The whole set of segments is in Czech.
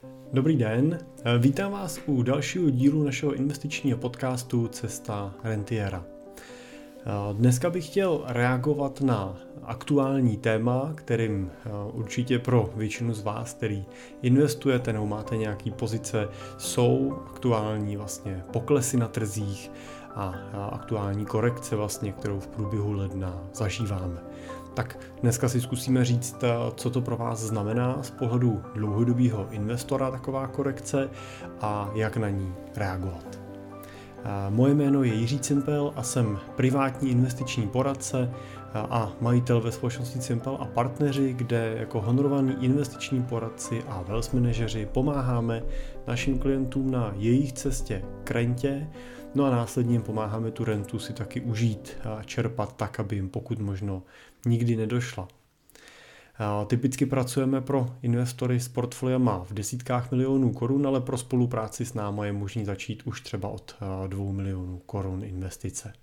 Dobrý den, vítám vás u dalšího dílu našeho investičního podcastu Cesta rentiera. Dneska bych chtěl reagovat na aktuální téma, kterým určitě pro většinu z vás, který investujete nebo máte nějaký pozice, jsou aktuální vlastně poklesy na trzích a aktuální korekce vlastně, kterou v průběhu ledna zažíváme. Tak dneska si zkusíme říct, co to pro vás znamená z pohledu dlouhodobého investora taková korekce a jak na ní reagovat. Moje jméno je Jiří Cimpel a jsem privátní investiční poradce a majitel ve společnosti Cimpel a partneři, kde jako honorovaní investiční poradci a wealth manažeři pomáháme našim klientům na jejich cestě k rentě, no a následně jim pomáháme tu rentu si taky užít a čerpat tak, aby jim pokud možno nikdy nedošla. Typicky pracujeme pro investory s portfoliama v desítkách milionů korun, ale pro spolupráci s námi je možné začít už třeba od 2 milionů korun investice.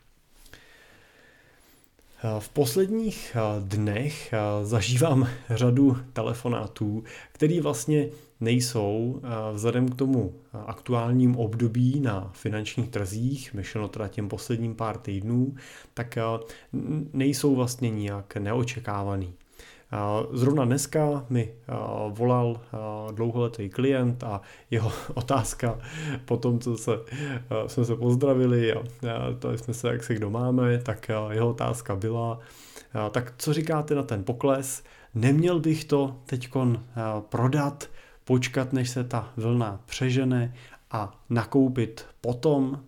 V posledních dnech zažívám řadu telefonátů, které vlastně nejsou vzhledem k tomu aktuálním období na finančních trzích, myšleno teda těm posledním pár týdnů, tak nejsou vlastně nijak neočekávaný. Zrovna dneska mi volal dlouholetý klient a jeho otázka po tom, co jsme se pozdravili a ptali jsme se, jak se kdo máme, tak jeho otázka byla, tak co říkáte na ten pokles? Neměl bych to teďkon prodat, počkat, než se ta vlna přežene a nakoupit potom?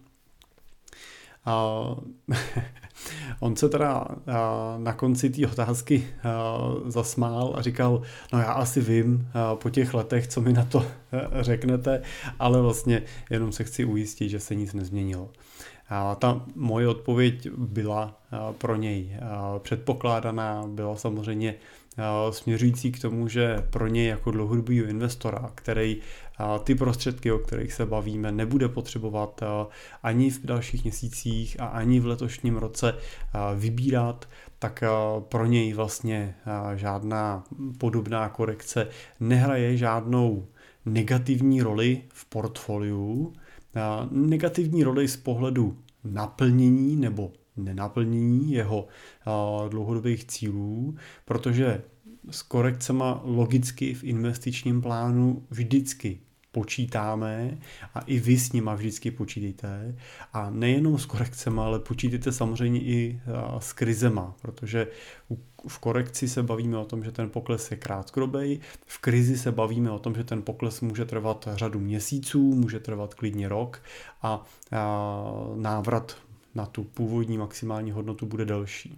On se teda na konci té otázky zasmál a říkal, no já asi vím po těch letech, co mi na to řeknete, ale vlastně jenom se chci ujistit, že se nic nezměnilo. Ta moje odpověď byla pro něj předpokládaná, byla samozřejmě směřující k tomu, že pro něj jako dlouhodobého investora, který ty prostředky, o kterých se bavíme, nebude potřebovat ani v dalších měsících a ani v letošním roce vybírat, tak pro něj vlastně žádná podobná korekce nehraje žádnou negativní roli v portfoliu, negativní roli z pohledu naplnění nebo nenaplnění jeho dlouhodobých cílů, protože s korekcema logicky v investičním plánu vždycky počítáme a i vy s nima vždycky počítejte a nejenom s korekcema, ale počítejte samozřejmě i s krizema, protože v korekci se bavíme o tom, že ten pokles je krátkodobý, v krizi se bavíme o tom, že ten pokles může trvat řadu měsíců, může trvat klidně rok a návrat na tu původní maximální hodnotu bude delší.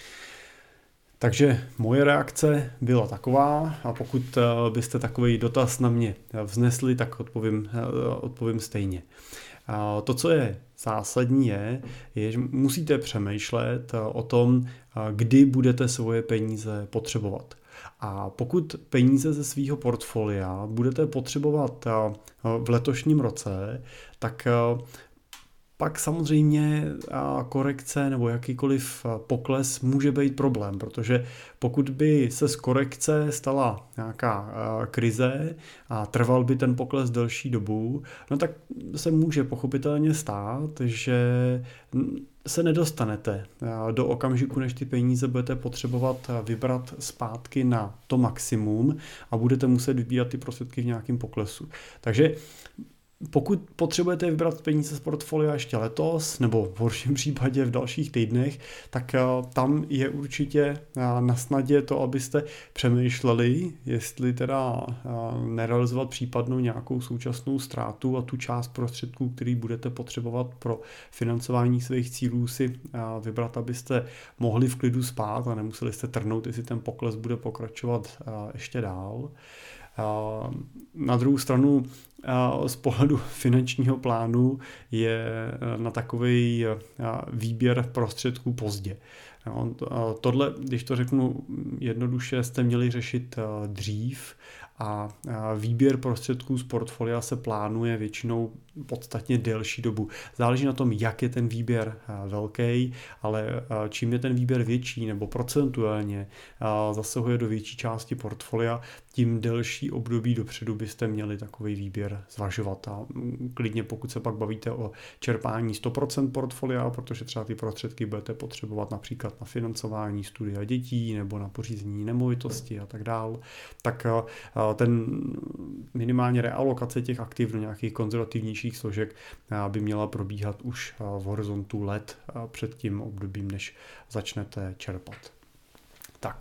Takže moje reakce byla taková a pokud byste takový dotaz na mě vznesli, tak odpovím stejně. To, co je zásadní, je, že musíte přemýšlet o tom, kdy budete svoje peníze potřebovat. A pokud peníze ze svého portfolia budete potřebovat v letošním roce, tak pak samozřejmě korekce nebo jakýkoliv pokles může být problém, protože pokud by se z korekce stala nějaká krize a trval by ten pokles delší dobu, no tak se může pochopitelně stát, že se nedostanete do okamžiku, než ty peníze budete potřebovat vybrat zpátky na to maximum a budete muset vybírat ty prostředky v nějakém poklesu. Takže pokud potřebujete vybrat peníze z portfolia ještě letos, nebo v horším případě v dalších týdnech, tak tam je určitě na snadě to, abyste přemýšleli, jestli teda nerealizovat případnou nějakou současnou ztrátu a tu část prostředků, který budete potřebovat pro financování svých cílů si vybrat, abyste mohli v klidu spát a nemuseli jste trhnout, jestli ten pokles bude pokračovat ještě dál. Na druhou stranu z pohledu finančního plánu je na takový výběr prostředků pozdě. Tohle, když to řeknu jednoduše, jste měli řešit dřív a výběr prostředků z portfolia se plánuje většinou podstatně delší dobu. Záleží na tom, jak je ten výběr velký, ale čím je ten výběr větší nebo procentuálně zasahuje do větší části portfolia, tím delší období dopředu byste měli takový výběr zvažovat. A klidně pokud se pak bavíte o čerpání 100% portfolia, protože třeba ty prostředky budete potřebovat například na financování studia dětí nebo na pořízení nemovitosti a tak dál, tak ten minimálně realokace těch aktiv do nějakých konzervativnějších složek by měla probíhat už v horizontu let před tím obdobím, než začnete čerpat. Tak,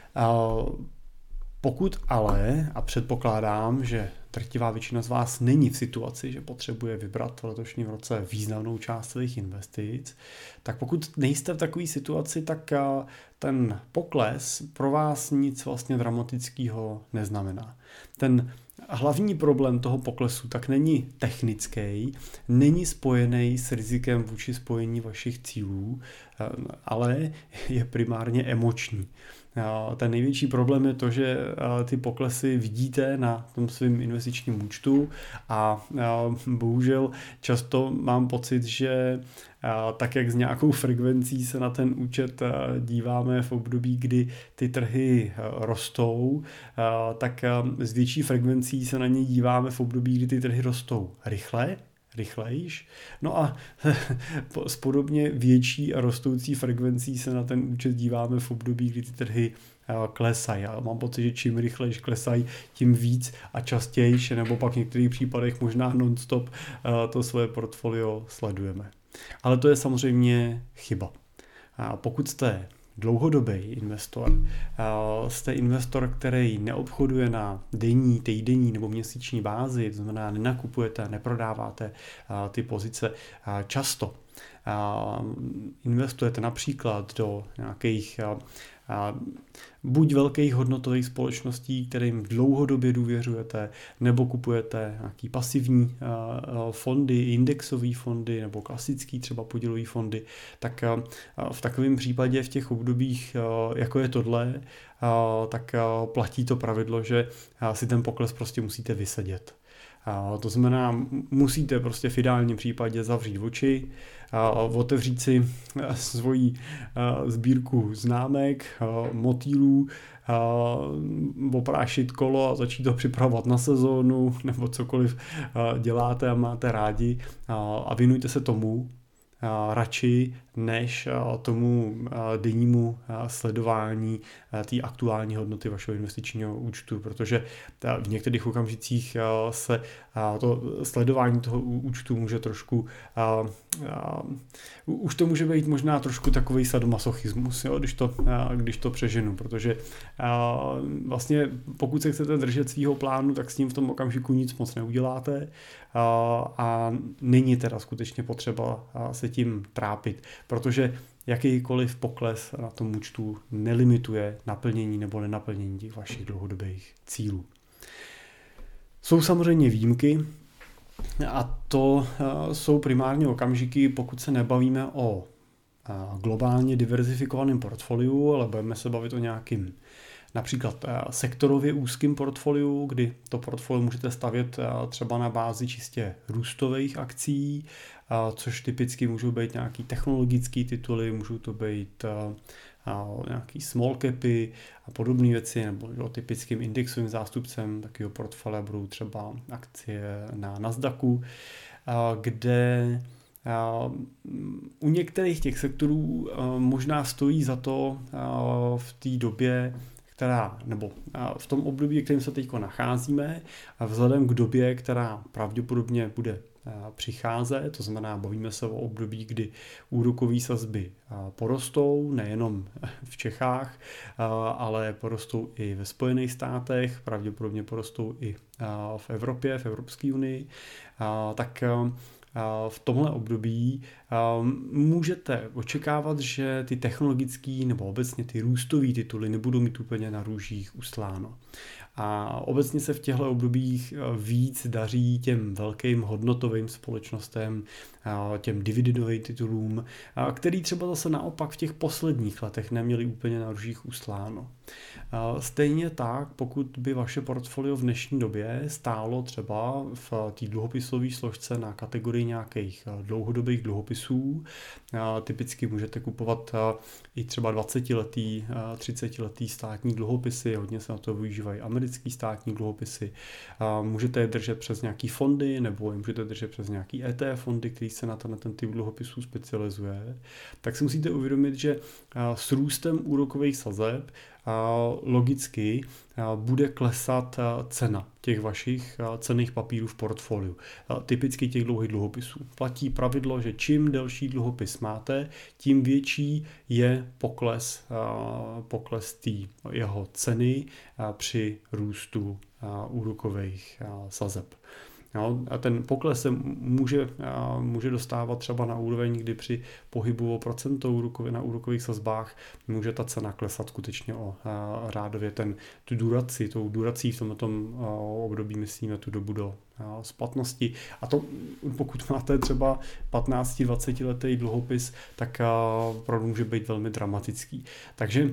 pokud ale, a předpokládám, že drtivá většina z vás není v situaci, že potřebuje vybrat v letošním roce významnou část svých investic, tak pokud nejste v takové situaci, tak ten pokles pro vás nic vlastně dramatického neznamená. Ten hlavní problém toho poklesu tak není technický, není spojený s rizikem vůči spojení vašich cílů, ale je primárně emoční. Ten největší problém je to, že ty poklesy vidíte na tom svém investičním účtu a bohužel často mám pocit, že tak jak s nějakou frekvencí se na ten účet díváme v období, kdy ty trhy rostou, tak s větší frekvencí se na ně díváme v období, kdy ty trhy rostou rychlejš. No a s podobně větší a rostoucí frekvencí se na ten účet díváme v období, kdy ty trhy klesají. Já mám pocit, že čím rychlejš klesají, tím víc a častější, nebo pak v některých případech možná non-stop to svoje portfolio sledujeme. Ale to je samozřejmě chyba. Pokud jste dlouhodobý investor, jste investor, který neobchoduje na denní, týdenní nebo měsíční bázi, to znamená nenakupujete, neprodáváte ty pozice často, investujete například do nějakých buď velkých hodnotových společností, kterým dlouhodobě důvěřujete, nebo kupujete nějaký pasivní fondy, indexové fondy nebo klasický třeba podílové fondy, tak v takovém případě v těch obdobích, jako je tohle, tak platí to pravidlo, že si ten pokles prostě musíte vysedět. To znamená, musíte prostě v ideálním případě zavřít oči, otevřít si svoji sbírku známek, motýlů, oprášit kolo a začít to připravovat na sezónu nebo cokoliv děláte a máte rádi a věnujte se tomu radši než tomu dennímu sledování té aktuální hodnoty vašeho investičního účtu, protože v některých okamžicích se to sledování toho účtu může trošku, už to může být možná trošku takový sadomasochismus, jo, když to přeženu, protože vlastně pokud se chcete držet svýho plánu, tak s ním v tom okamžiku nic moc neuděláte a není teda skutečně potřeba se tím trápit, protože jakýkoliv pokles na tom účtu nelimituje naplnění nebo nenaplnění těch vašich dlouhodobých cílů. Jsou samozřejmě výjimky a to jsou primárně okamžiky, pokud se nebavíme o globálně diverzifikovaném portfoliu, ale budeme se bavit o nějakým například sektorově úzkým portfoliu, kdy to portfolio můžete stavět třeba na bázi čistě růstových akcí, což typicky můžou být nějaký technologické tituly, můžou to být nějaký small capy a podobné věci, nebo typickým indexovým zástupcem takového portfolia budou třeba akcie na Nasdaqu, kde u některých těch sektorů možná stojí za to v té době, nebo v tom období, kterým se teď nacházíme, a vzhledem k době, která pravděpodobně bude přicházet, to znamená, bavíme se o období, kdy úrokové sazby porostou, nejenom v Čechách, ale porostou i ve Spojených státech, pravděpodobně porostou i v Evropě, v Evropské unii, tak v tomhle období můžete očekávat, že ty technologické nebo obecně ty růstové tituly nebudou mít úplně na růžích ustláno. A obecně se v těchto obdobích víc daří těm velkým hodnotovým společnostem, těm dividendovým titulům, který třeba zase naopak v těch posledních letech neměli úplně na růžích ustláno. Stejně tak, pokud by vaše portfolio v dnešní době stálo třeba v té dluhopisové složce na kategorii nějakých dlouhodobých dluhopisů, typicky můžete kupovat i třeba 20letý, 30letý státní dluhopisy, hodně se na to využívají americký státní dluhopisy, můžete je držet přes nějaký fondy, nebo je můžete držet přes nějaký ETF fondy, který se na ten typ dluhopisů specializuje, tak si musíte uvědomit, že s růstem úrokových sazeb logicky bude klesat cena těch vašich cenných papírů v portfoliu. Typicky těch dlouhých dluhopisů. Platí pravidlo, že čím delší dluhopis máte, tím větší je pokles té jeho ceny při růstu úrokových sazeb. No, a ten pokles se může dostávat třeba na úroveň, kdy při pohybu o procento na úrokových sazbách může ta cena klesat skutečně o řádově tou durací v tomto období myslíme tu dobu do splatnosti. A to pokud máte třeba 15-20 letý dluhopis, tak opravdu může být velmi dramatický. Takže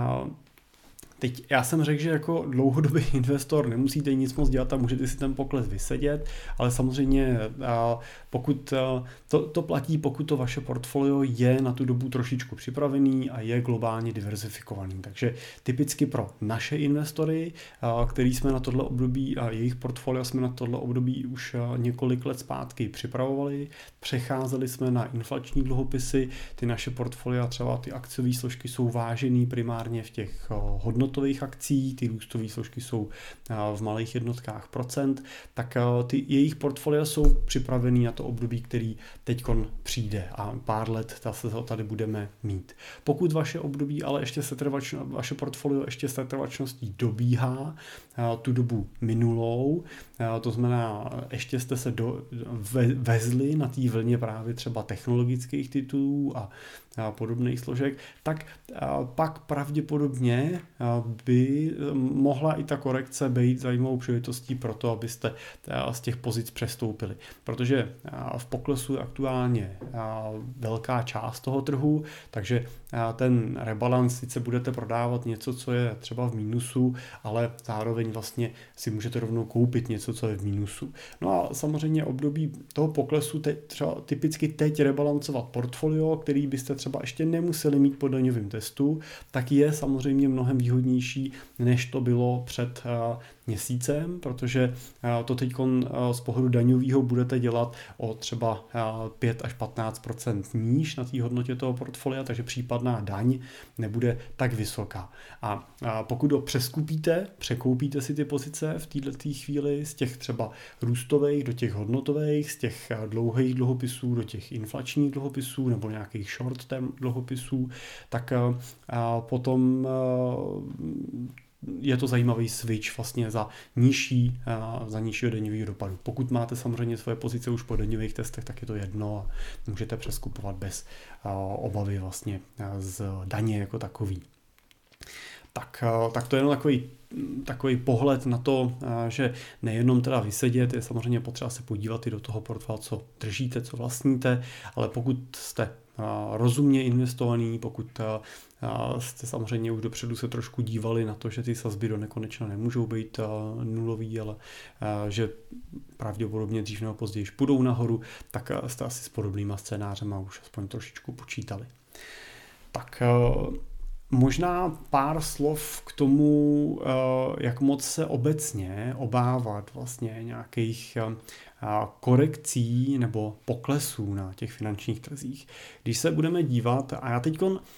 teď já jsem řekl, že jako dlouhodobý investor nemusíte nic moc dělat a můžete si ten pokles vysedět, ale samozřejmě pokud to platí, pokud to vaše portfolio je na tu dobu trošičku připravený a je globálně diverzifikovaný. Takže typicky pro naše investory, který jsme na tohle období a jejich portfolio jsme na tohle období už několik let zpátky připravovali, přecházeli jsme na inflační dluhopisy, ty naše portfolia, třeba ty akciové složky jsou vážený primárně v těch hodnotových akcí, ty růstové složky jsou v malých jednotkách procent, tak ty jejich portfolia jsou připravený na to období, který teďkon přijde a pár let se ho tady budeme mít. Pokud vaše období, ale ještě vaše portfolio ještě setrvačností dobíhá tu dobu minulou, to znamená, ještě jste se vezli na té vlně právě třeba technologických titulů a podobných složek, tak pak pravděpodobně by mohla i ta korekce být zajímavou příležitostí pro to, abyste z těch pozic přestoupili. Protože v poklesu je aktuálně velká část toho trhu, takže ten rebalans sice budete prodávat něco, co je třeba v mínusu, ale zároveň vlastně si můžete rovnou koupit něco, co je v mínusu. No a samozřejmě období toho poklesu třeba typicky teď rebalancovat portfolio, který byste třeba ještě nemuseli mít po daňovém testu, tak je samozřejmě mnohem výhodnější, než to bylo před měsícem, protože to teď z pohledu daňového budete dělat o třeba 5 až 15% níž na té hodnotě toho portfolia, takže případná daň nebude tak vysoká. A pokud ho překoupíte si ty pozice v této chvíli z těch třeba růstových do těch hodnotových, z těch dlouhých dluhopisů do těch inflačních dluhopisů nebo nějakých short term dluhopisů, tak potom je to zajímavý switch vlastně za nižšího daňového dopadu. Pokud máte samozřejmě svoje pozice už po daňových testech, tak je to jedno a můžete přeskupovat bez obavy vlastně z daně jako takový. Tak to je jenom takový pohled na to, že nejenom teda vysedět, je samozřejmě potřeba se podívat i do toho portfolia, co držíte, co vlastníte, ale pokud jste rozumně investovaný, pokud jste samozřejmě už dopředu se trošku dívali na to, že ty sazby do nekonečna nemůžou být nulový, ale že pravděpodobně dřív nebo později půjdou nahoru, tak jste asi s podobnýma scénářema už aspoň trošičku počítali. Tak možná pár slov k tomu, jak moc se obecně obávat vlastně nějakých korekcí nebo poklesů na těch finančních trzích. Když se budeme dívat, a já teď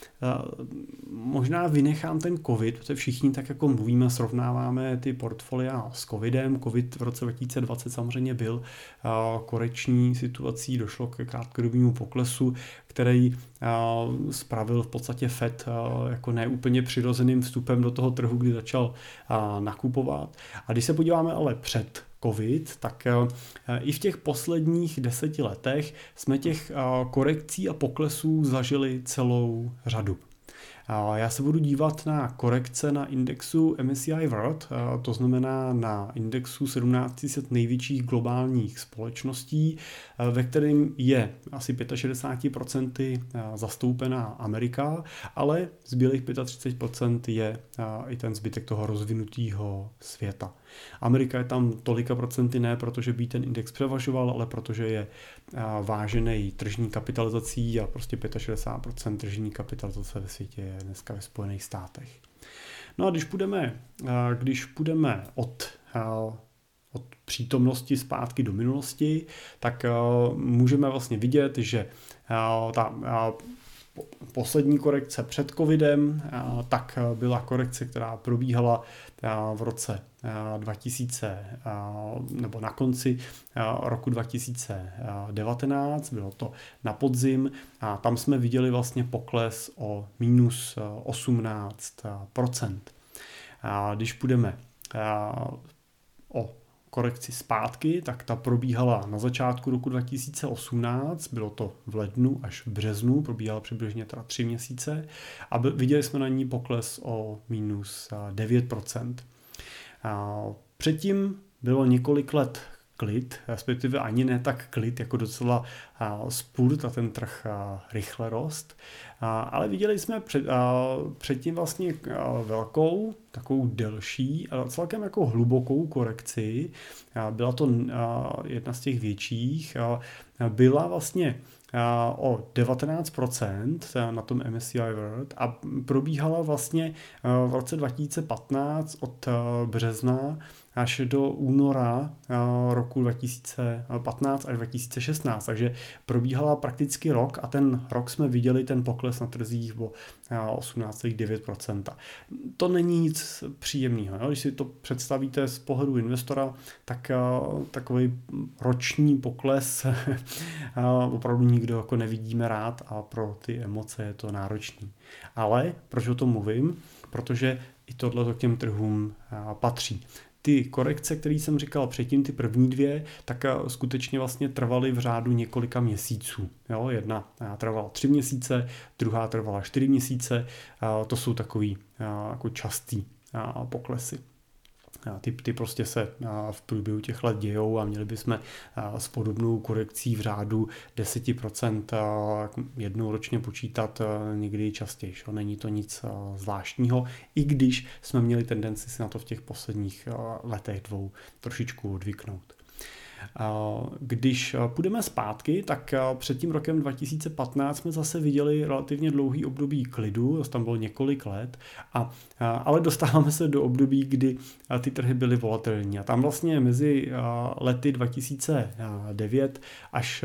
možná vynechám ten covid, protože všichni tak jako mluvíme, srovnáváme ty portfolia s covidem. Covid v roce 2020 samozřejmě byl korekční situací, došlo k krátkodobému poklesu, který spravil v podstatě FED jako neúplně přirozeným vstupem do toho trhu, kdy začal nakupovat. A když se podíváme ale před covid, tak i v těch posledních 10 letech jsme těch korekcí a poklesů zažili celou řadu. Já se budu dívat na korekce na indexu MSCI World, to znamená na indexu 1700 největších globálních společností, ve kterém je asi 65% zastoupená Amerika, ale zbylých 35% je i ten zbytek toho rozvinutého světa. Amerika je tam tolika procenty ne, protože by ten index převažoval, ale protože je vážený tržní kapitalizací a prostě 65% tržní kapitalizace ve světě je dneska ve Spojených státech. No a když půjdeme od přítomnosti zpátky do minulosti, tak můžeme vlastně vidět, že ta poslední korekce před covidem, tak byla korekce, která probíhala v roce 2000 nebo na konci roku 2019, bylo to na podzim a tam jsme viděli vlastně pokles o minus 18%. Když půjdeme o korekci zpátky, tak ta probíhala na začátku roku 2018, bylo to v lednu až v březnu, probíhala přibližně 3 měsíce a viděli jsme na ní pokles o minus 9%. Předtím bylo několik let klid, respektive ani ne tak klid, jako docela spurt a ten trh rychle rost. Ale viděli jsme předtím vlastně velkou, takovou delší a celkem jako hlubokou korekci. Byla to jedna z těch větších. Byla vlastně o 19% na tom MSCI World a probíhala vlastně v roce 2015 od března až do února roku 2015 až 2016, takže probíhala prakticky rok a ten rok jsme viděli ten pokles na trzích o 18,9%. To není nic příjemného. Když si to představíte z pohledu investora, tak takový roční pokles opravdu nikdo jako nevidíme rád a pro ty emoce je to náročný. Ale proč o tom mluvím? Protože i tohle k těm trhům patří. Ty korekce, které jsem říkal předtím, ty první dvě, tak skutečně vlastně trvaly v řádu několika měsíců. Jo, jedna trvala 3 měsíce, druhá trvala 4 měsíce, to jsou takový jako častý poklesy. Ty prostě se v průběhu těch let dějou a měli bychom s podobnou korekcí v řádu 10% jednou ročně počítat někdy častěji. Není to nic zvláštního, i když jsme měli tendenci si na to v těch posledních letech 2 trošičku odvyknout. Když půjdeme zpátky, tak před tím rokem 2015 jsme zase viděli relativně dlouhý období klidu, tam bylo několik let, ale dostáváme se do období, kdy ty trhy byly volatilní. A tam vlastně mezi lety 2009 až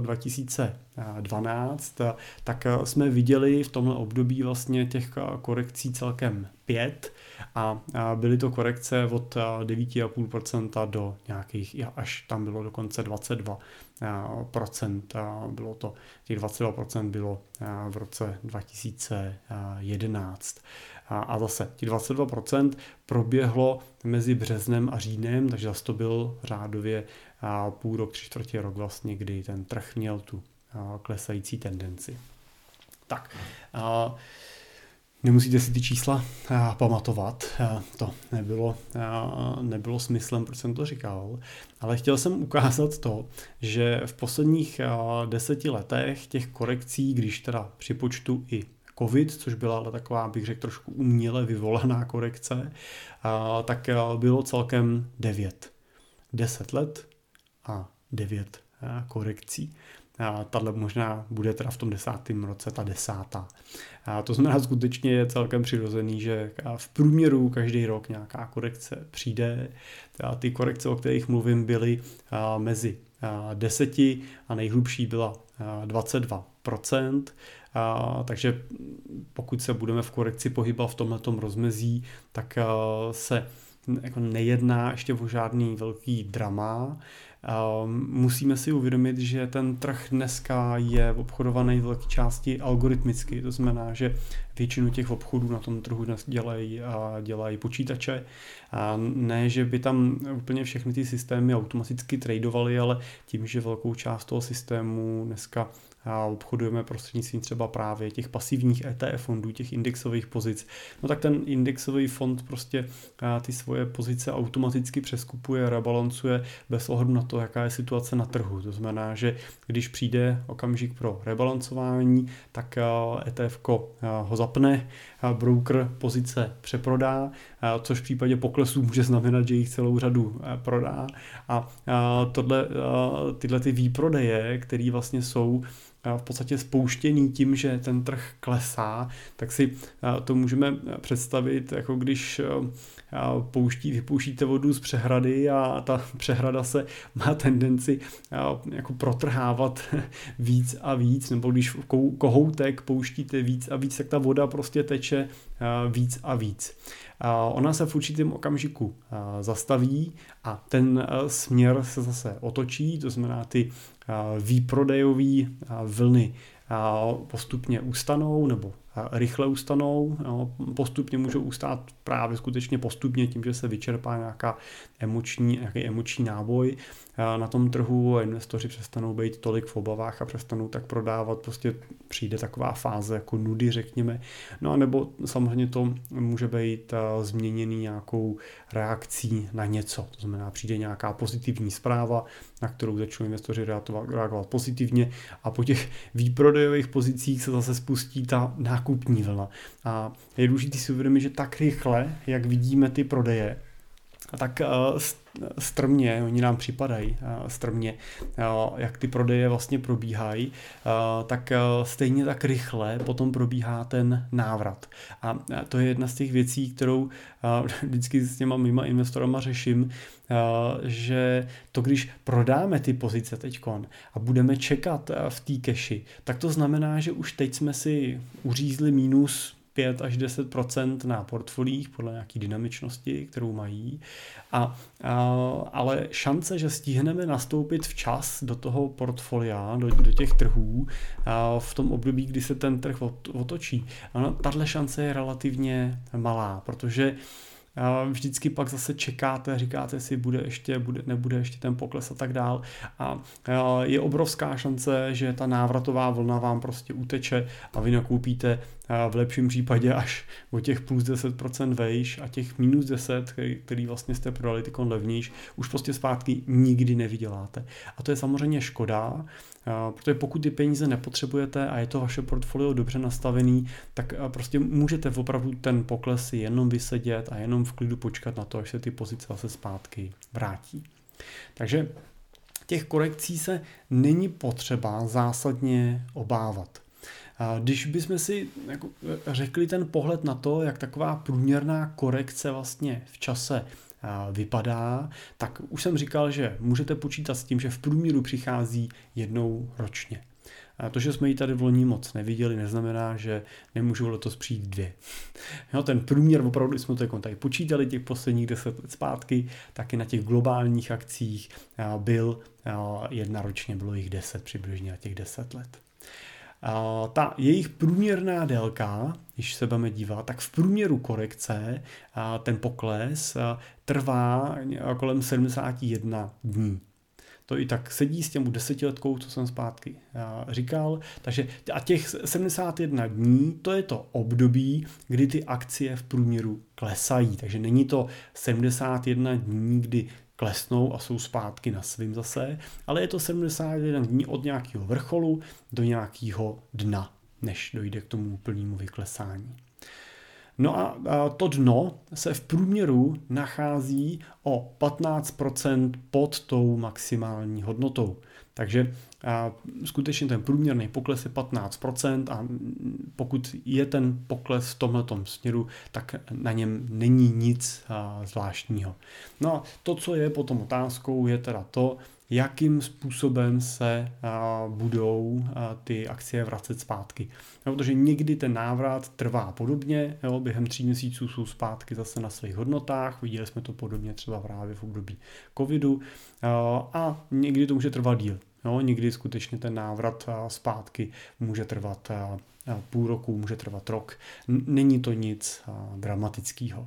2012, tak jsme viděli v tomhle období vlastně těch korekcí celkem 5 a byly to korekce od 9,5% do nějakých, až tam bylo dokonce 22%. Bylo to, těch 22% bylo v roce 2011. A zase těch 22% proběhlo mezi březnem a říjnem, takže zase to byl řádově půl rok, 3/4 rok vlastně, kdy ten trh měl tu klesající tendenci. Tak, nemusíte si ty čísla pamatovat, to nebylo smyslem, proč jsem to říkal, ale chtěl jsem ukázat to, že v posledních 10 letech těch korekcí, když teda připočtu i COVID, což byla ale taková, bych řekl, trošku uměle vyvolaná korekce, tak bylo celkem 9. 10 let a 9 korekcí. Tahle možná bude teda v tom 10. roce ta 10. To znamená, skutečně je celkem přirozený, že v průměru každý rok nějaká korekce přijde. Ty korekce, o kterých mluvím, byly mezi 10 a nejhlubší byla 22%. Takže pokud se budeme v korekci pohybovat v tomhletom rozmezí, tak se jako nejedná ještě o žádný velký drama. Musíme si uvědomit, že ten trh dneska je obchodovaný v velké části algoritmicky. To znamená, že většinu těch obchodů na tom trhu dnes dělají počítače. Ne, že by tam úplně všechny ty systémy automaticky tradovaly, ale tím, že velkou část toho systému dneska obchodujeme prostřednictvím třeba právě těch pasivních ETF fondů, těch indexových pozic, no tak ten indexový fond prostě ty svoje pozice automaticky přeskupuje, rebalancuje bez ohledu na to, jaká je situace na trhu. To znamená, že když přijde okamžik pro rebalancování, tak ETF-ko ho zapne, broker pozice přeprodá, což v případě poklesu může znamenat, že jich celou řadu prodá. A tyhle ty výprodeje, které vlastně jsou v podstatě spouštěný tím, že ten trh klesá, tak si to můžeme představit, jako když vypouštíte vodu z přehrady a ta přehrada se má tendenci jako protrhávat víc a víc, nebo když kohoutek pouštíte víc a víc, tak ta voda prostě teče víc a víc. Ona se v určitém okamžiku zastaví a ten směr se zase otočí, to znamená ty výprodejové vlny postupně ustanou nebo rychle ustanou, postupně můžou ustát právě skutečně postupně tím, že se vyčerpá nějaký emoční náboj na tom trhu a investoři přestanou být tolik v obavách a přestanou tak prodávat, prostě přijde taková fáze jako nudy, řekněme. No a nebo samozřejmě to může být změněný nějakou reakcí na něco, to znamená přijde nějaká pozitivní zpráva, na kterou začnou investoři reagovat pozitivně a po těch výprodejových pozicích se zase spustí ta nákupní vlna. A je důležité si uvědomit, že tak rychle, jak vidíme ty prodeje, tak strmě, oni nám připadají strmě, jak ty prodeje vlastně probíhají, tak stejně tak rychle potom probíhá ten návrat. A to je jedna z těch věcí, kterou vždycky s těma mýma investorama řeším, že to, když prodáme ty pozice teďkon a budeme čekat v té keši, tak to znamená, že už teď jsme si uřízli minus 5 až 10% na portfoliích podle nějaké dynamičnosti, kterou mají. Ale šance, že stihneme nastoupit včas do toho portfolia, do těch trhů v tom období, kdy se ten trh otočí, tahle šance je relativně malá, protože vždycky pak zase čekáte, říkáte si, nebude ještě ten pokles a tak dál. A je obrovská šance, že ta návratová vlna vám prostě uteče a vy nakoupíte v lepším případě až o těch plus 10% vejš a těch minus 10, který vlastně jste prodali tykon levnějš, už prostě zpátky nikdy nevyděláte. A to je samozřejmě škoda, protože pokud ty peníze nepotřebujete a je to vaše portfolio dobře nastavený, tak prostě můžete opravdu ten pokles si jenom vysedět a jenom v klidu počkat na to, až se ty pozice zase zpátky vrátí. Takže těch korekcí se není potřeba zásadně obávat. Když bychom si jako řekli ten pohled na to, jak taková průměrná korekce vlastně v čase vypadá, tak už jsem říkal, že můžete počítat s tím, že v průměru přichází jednou ročně. To, že jsme ji tady v loni moc neviděli, neznamená, že nemůžou letos přijít 2. Jo, ten průměr opravdu, když jsme to tady počítali těch posledních 10 let zpátky, taky na těch globálních akcích byl jedna ročně, bylo jich 10 přibližně na těch 10 let. Ta jejich průměrná délka, když se budeme dívat, tak v průměru korekce ten pokles trvá kolem 71 dní. To i tak sedí s těmu 10letkou, co jsem zpátky říkal. Takže a těch 71 dní, to je to období, kdy ty akcie v průměru klesají. Takže není to 71 dní, kdy klesnou a jsou zpátky na svým zase, ale je to 71 dní od nějakého vrcholu do nějakého dna, než dojde k tomu úplnému vyklesání. No a to dno se v průměru nachází o 15% pod tou maximální hodnotou. Takže skutečně ten průměrný pokles je 15% a pokud je ten pokles v tomhletom směru, tak na něm není nic zvláštního. No a to, co je potom otázkou, je teda to, jakým způsobem se budou ty akcie vracet zpátky. Protože někdy ten návrat trvá podobně, během 3 měsíců jsou zpátky zase na svých hodnotách, viděli jsme to podobně třeba právě v období covidu a někdy to může trvat díl. Někdy skutečně ten návrat zpátky může trvat půl roku, může trvat rok. Není to nic dramatického.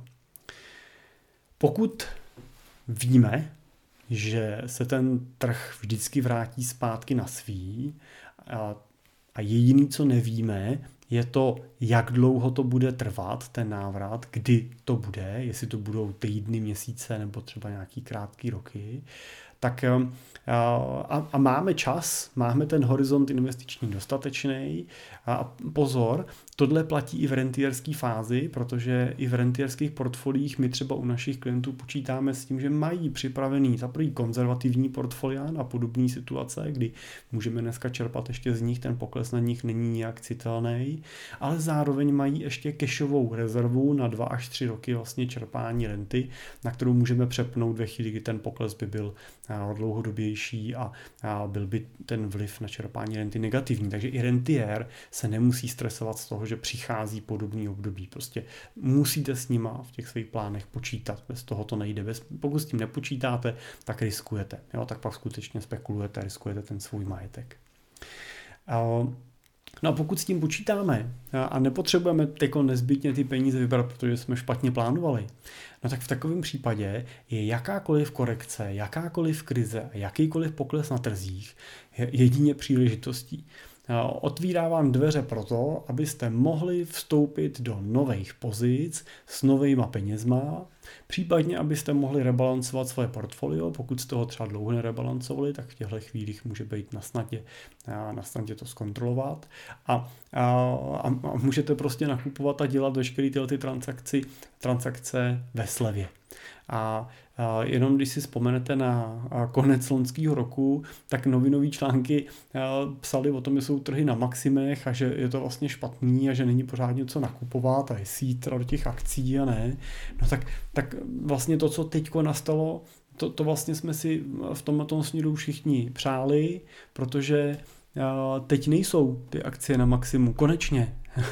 Pokud víme, že se ten trh vždycky vrátí zpátky na svý, A jediné, co nevíme, je to, jak dlouho to bude trvat, ten návrat, kdy to bude, jestli to budou týdny, měsíce nebo třeba nějaký krátký roky. Tak a máme čas, máme ten horizont investiční dostatečný. A pozor, tohle platí i v rentierské fázi, protože i v rentierských portfoliích my třeba u našich klientů počítáme s tím, že mají připravený za první konzervativní portfolia na podobné situace, kdy můžeme dneska čerpat ještě z nich, ten pokles na nich není nijak citelný, ale zároveň mají ještě cashovou rezervu na 2 až 3 roky vlastně čerpání renty, na kterou můžeme přepnout ve chvíli, kdy ten pokles by byl dlouhodobější a byl by ten vliv na čerpání renty negativní. Takže i rentier se nemusí stresovat z toho, že přichází podobný období. Prostě musíte s nima v těch svých plánech počítat. Bez toho to nejde. Pokud s tím nepočítáte, tak riskujete. Jo? Tak pak skutečně spekulujete, riskujete ten svůj majetek. No a pokud s tím počítáme a nepotřebujeme nezbytně ty peníze vybrat, protože jsme špatně plánovali, no tak v takovém případě je jakákoliv korekce, jakákoliv krize a jakýkoliv pokles na trzích jedině příležitostí. Otvírá vám dveře proto, abyste mohli vstoupit do nových pozic s novejma penězma, případně abyste mohli rebalancovat svoje portfolio, pokud jste ho třeba dlouho nerebalancovali, tak v těchto chvílích může být na snadě to zkontrolovat a můžete prostě nakupovat a dělat veškeré tyhle transakce ve slevě. A jenom když si vzpomenete na konec loňského roku, tak novinové články psali o tom, že jsou trhy na maximech a že je to vlastně špatný a že není pořádně co nakupovat a jestli jít do těch akcí a ne. No tak vlastně to, co teďko nastalo, to vlastně jsme si v tomto směru všichni přáli, protože teď nejsou ty akcie na maximu, konečně.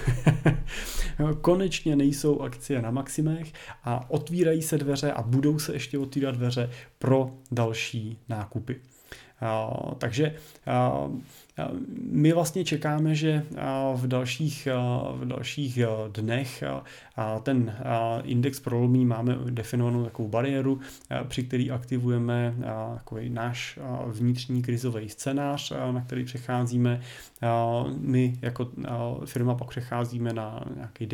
Konečně nejsou akcie na maximech a otvírají se dveře a budou se ještě otvírat dveře pro další nákupy. Takže my vlastně čekáme, že v dalších dnech ten index prolomí, máme definovanou takovou bariéru, při který aktivujeme takový náš vnitřní krizový scénář, na který přecházíme. My jako firma pak přecházíme na nějaký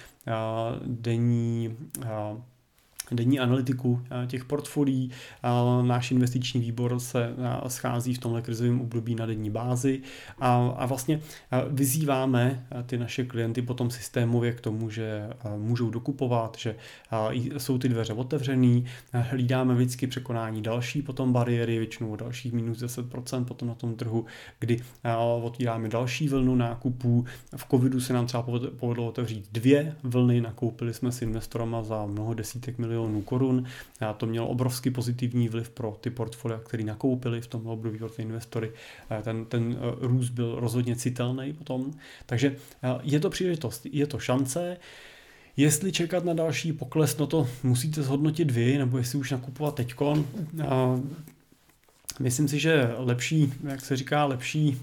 denní analytiku těch portfolií. Náš investiční výbor se schází v tomhle krizovém období na denní bázi a vlastně vyzýváme ty naše klienty potom systémově k tomu, že můžou dokupovat, že jsou ty dveře otevřený, hlídáme vždycky překonání další potom bariéry, většinou dalších minus 10% potom na tom trhu, kdy otvíráme další vlnu nákupů. V covidu se nám třeba povedlo otevřít 2 vlny, nakoupili jsme s investorama za mnoho desítek milionů korun. A to mělo obrovský pozitivní vliv pro ty portfolia, které nakoupili v tom období pro ty investory. Ten růst byl rozhodně citelný potom. Takže je to příležitost, je to šance. Jestli čekat na další pokles, no to musíte zhodnotit vy, nebo jestli už nakupovat teďko. Myslím si, že lepší, jak se říká, lepší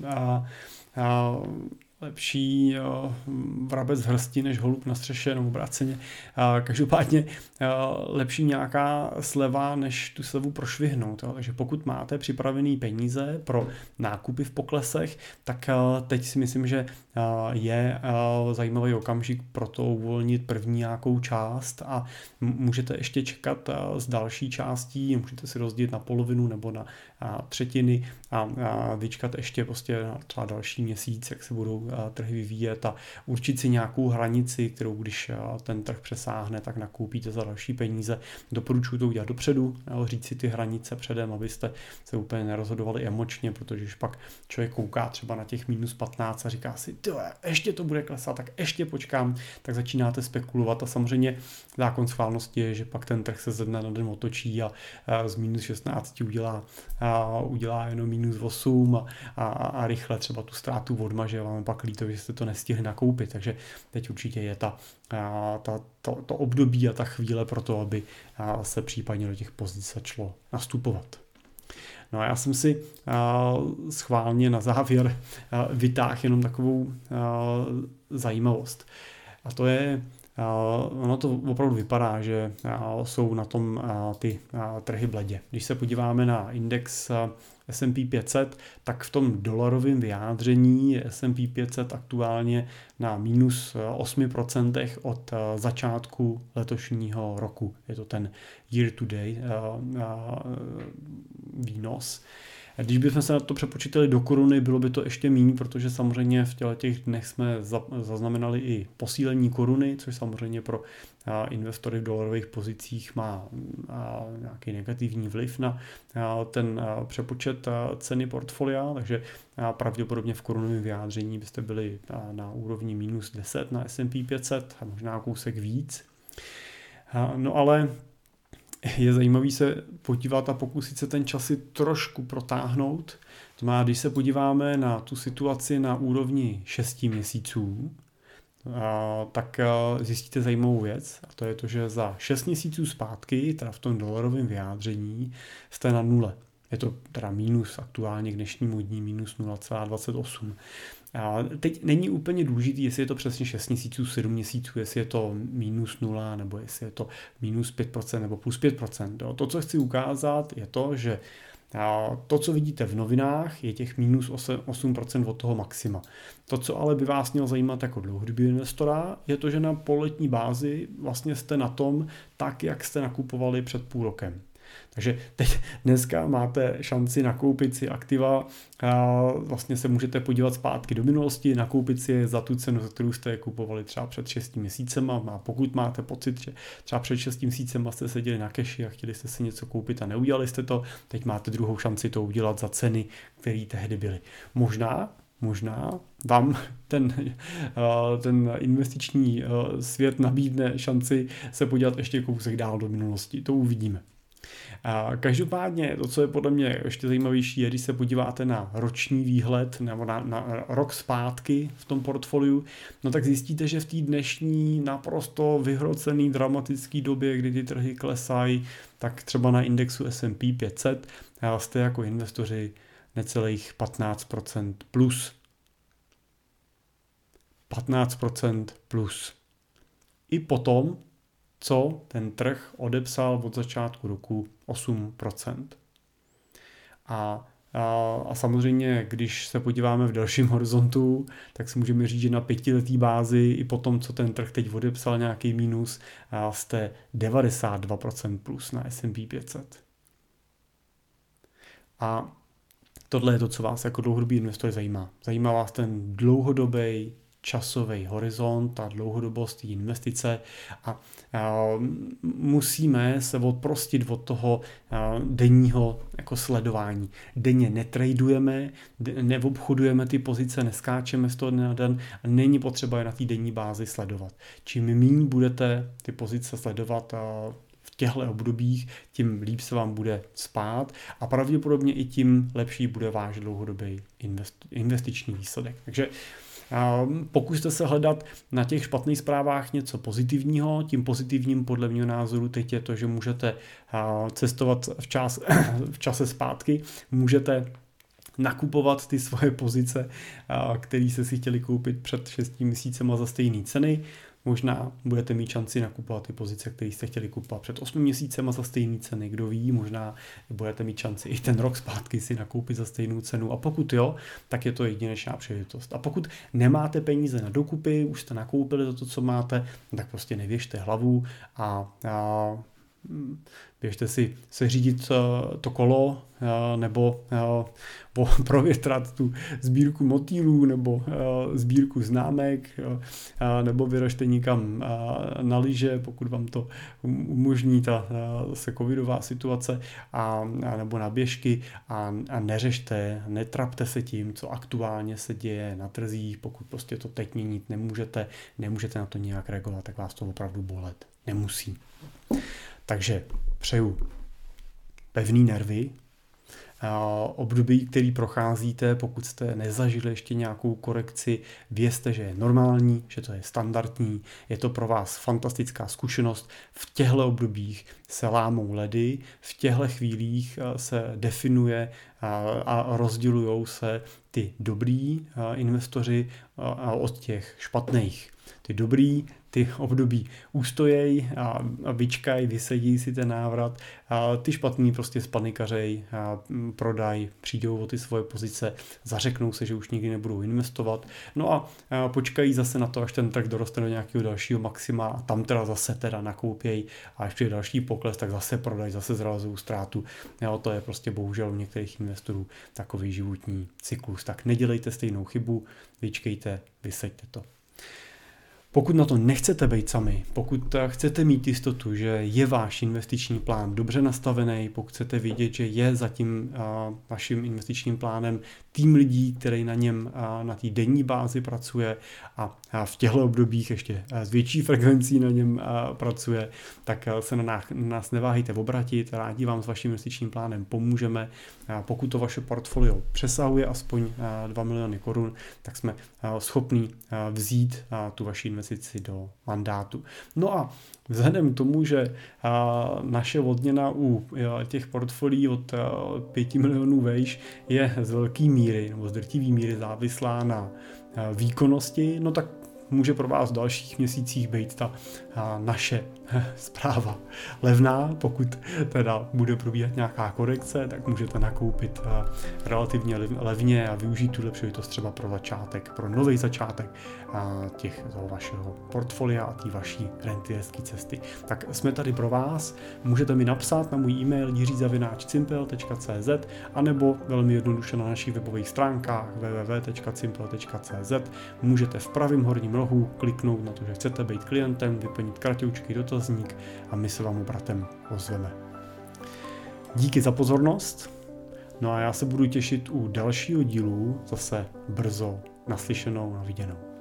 vrabec v hrsti než holub na střeše nebo obráceně. Každopádně lepší nějaká sleva, než tu slevu prošvihnout. Takže pokud máte připravený peníze pro nákupy v poklesech, tak teď si myslím, že je zajímavý okamžik pro to uvolnit první nějakou část a můžete ještě čekat z další částí, můžete si rozdělit na polovinu nebo na třetiny a vyčkat ještě prostě třeba další měsíc, jak se budou trhy vyvíjet a určit si nějakou hranici, kterou když ten trh přesáhne, tak nakoupíte za další peníze. Doporučuji to udělat dopředu, říct si ty hranice předem, abyste se úplně nerozhodovali emočně, protože když pak člověk kouká třeba na těch minus 15 a říká si, ještě to bude klesat, tak ještě počkám, tak začínáte spekulovat a samozřejmě zákon schválnosti je, že pak ten trh se ze dne na den otočí a z minus 16 udělá jenom minus 8 a rychle třeba tu ztrátu odmaže, vám pak líto, že jste to nestihli nakoupit, takže teď určitě je to období a ta chvíle pro to, aby se případně do těch pozic začalo nastupovat. No a já jsem si schválně na závěr vytáhl jenom takovou zajímavost. A to je ono to opravdu vypadá, že jsou na tom ty trhy bledě. Když se podíváme na index S&P 500, tak v tom dolarovém vyjádření je S&P 500 aktuálně na minus 8% od začátku letošního roku. Je to ten year to day výnos. Když bychom se na to přepočítali do koruny, bylo by to ještě méně, protože samozřejmě v těch dnech jsme zaznamenali i posílení koruny, což samozřejmě pro investory v dolarových pozicích má nějaký negativní vliv na ten přepočet ceny portfolia, takže pravděpodobně v korunovém vyjádření byste byli na úrovni minus 10 na S&P 500 a možná kousek víc. No ale je zajímavý se podívat a pokusit se ten čas si trošku protáhnout. To znamená, když se podíváme na tu situaci na úrovni 6 měsíců, tak zjistíte zajímavou věc, a to je to, že za 6 měsíců zpátky, teda v tom dolarovém vyjádření, jste na nule. Je to teda mínus aktuálně k dnešnímu dní minus 0,28. Teď není úplně důležitý, jestli je to přesně 6 měsíců, 7 měsíců, jestli je to minus 0, nebo jestli je to minus 5% nebo plus 5%. To, co chci ukázat, je to, že to, co vidíte v novinách, je těch minus 8% od toho maxima. To, co ale by vás mělo zajímat jako dlouhodobý investora, je to, že na pololetní bázi vlastně jste na tom tak, jak jste nakupovali před půl rokem. Takže teď dneska máte šanci nakoupit si aktiva, vlastně se můžete podívat zpátky do minulosti, nakoupit si je za tu cenu, za kterou jste je kupovali třeba před 6 měsícema. A pokud máte pocit, že třeba před 6 měsícema jste seděli na keši a chtěli jste si něco koupit a neudělali jste to, teď máte druhou šanci to udělat za ceny, které tehdy byly. Možná vám ten investiční svět nabídne šanci se podívat ještě kousek dál do minulosti. To uvidíme. Každopádně to, co je podle mě ještě zajímavější, je, když se podíváte na roční výhled nebo na rok zpátky v tom portfoliu, no tak zjistíte, že v té dnešní naprosto vyhrocený dramatický době, kdy ty trhy klesají, tak třeba na indexu S&P 500 jste jako investoři necelých 15% plus. 15% plus. I potom, co ten trh odepsal od začátku roku 8%. A samozřejmě, když se podíváme v dalším horizontu, tak si můžeme říct, že na 5letý bázi i potom, co ten trh teď odepsal nějaký mínus, jste 92% plus na S&P 500. A tohle je to, co vás jako dlouhodobý investor zajímá. Zajímá vás ten dlouhodobý časový horizont a dlouhodobost investice a musíme se odprostit od toho denního jako sledování. Denně netradujeme, neobchodujeme ty pozice, neskáčeme z toho dne na den a není potřeba je na té denní bázi sledovat. Čím méně budete ty pozice sledovat v těchto obdobích, tím líp se vám bude spát a pravděpodobně i tím lepší bude váš dlouhodobý investiční výsledek. Takže pokuste se hledat na těch špatných zprávách něco pozitivního. Tím pozitivním podle mého názoru teď je to, že můžete cestovat v čase zpátky, můžete nakupovat ty svoje pozice, které jste si chtěli koupit před 6 měsícema za stejné ceny. Možná budete mít šanci nakupovat ty pozice, které jste chtěli kupovat před 8 měsícema za stejné ceny, kdo ví, možná budete mít šanci i ten rok zpátky si nakoupit za stejnou cenu a pokud jo, tak je to jedinečná příležitost. A pokud nemáte peníze na dokupy, už jste nakoupili to, co máte, tak prostě nevěžte hlavu a běžte si seřídit to kolo nebo provětrat tu sbírku motýlů nebo sbírku známek nebo vyražte někam na lyže, pokud vám to umožní ta covidová situace nebo na běžky a neřešte, netrapte se tím, co aktuálně se děje na trzích, pokud prostě to teď měnit nemůžete na to nějak reagovat, tak vás to opravdu bolet nemusí. Takže přeju pevný nervy, období, který procházíte, pokud jste nezažili ještě nějakou korekci, vězte, že je normální, že to je standardní, je to pro vás fantastická zkušenost. V těchto obdobích se lámou ledy, v těchto chvílích se definuje a rozdělují se ty dobrý investoři od těch špatných. Ty dobrý, ty období ustojí a vyčkají, vysedí si ten návrat. A ty špatný prostě spanikařej, prodají, přijdou o ty svoje pozice, zařeknou se, že už nikdy nebudou investovat. No a počkají zase na to, až ten trh doroste do nějakého dalšího maxima a tam zase nakoupějí a až přijde další pokles, tak zase prodají, zase zrealizují ztrátu. Jo, to je prostě bohužel u některých investorů takový životní cyklus. Tak nedělejte stejnou chybu, vyčkejte, vyseďte to. Pokud na to nechcete být sami, pokud chcete mít jistotu, že je váš investiční plán dobře nastavený, pokud chcete vědět, že je za tím vaším investičním plánem tým lidí, který na něm na té denní bázi pracuje a v těchto obdobích ještě s větší frekvencí na něm pracuje, tak se na nás neváhejte obratit, rádi vám s vaším investičním plánem pomůžeme. Pokud to vaše portfolio přesahuje aspoň 2 miliony korun, tak jsme schopní vzít tu vaši investici do mandátu. No a vzhledem k tomu, že naše odměna u těch portfolií od 5 milionů vejš je z velké míry nebo z drtivé míry závislá na výkonnosti, no tak může pro vás v dalších měsících být ta naše správa levná. Pokud teda bude probíhat nějaká korekce, tak můžete nakoupit relativně levně a využít tuhle příležitost třeba pro začátek, pro nový začátek toho vašeho portfolia a té vaší rentierské cesty. Tak jsme tady pro vás, můžete mi napsat na můj e-mail jiří@cimpel.cz anebo velmi jednoduše na našich webových stránkách www.cimpel.cz. Můžete v pravém horním rohu kliknout na to, že chcete být klientem, vyplnit karťoučky, dotazník a my se vám obratem ozveme. Díky za pozornost, no a já se budu těšit u dalšího dílu zase brzo naslyšenou a viděnou.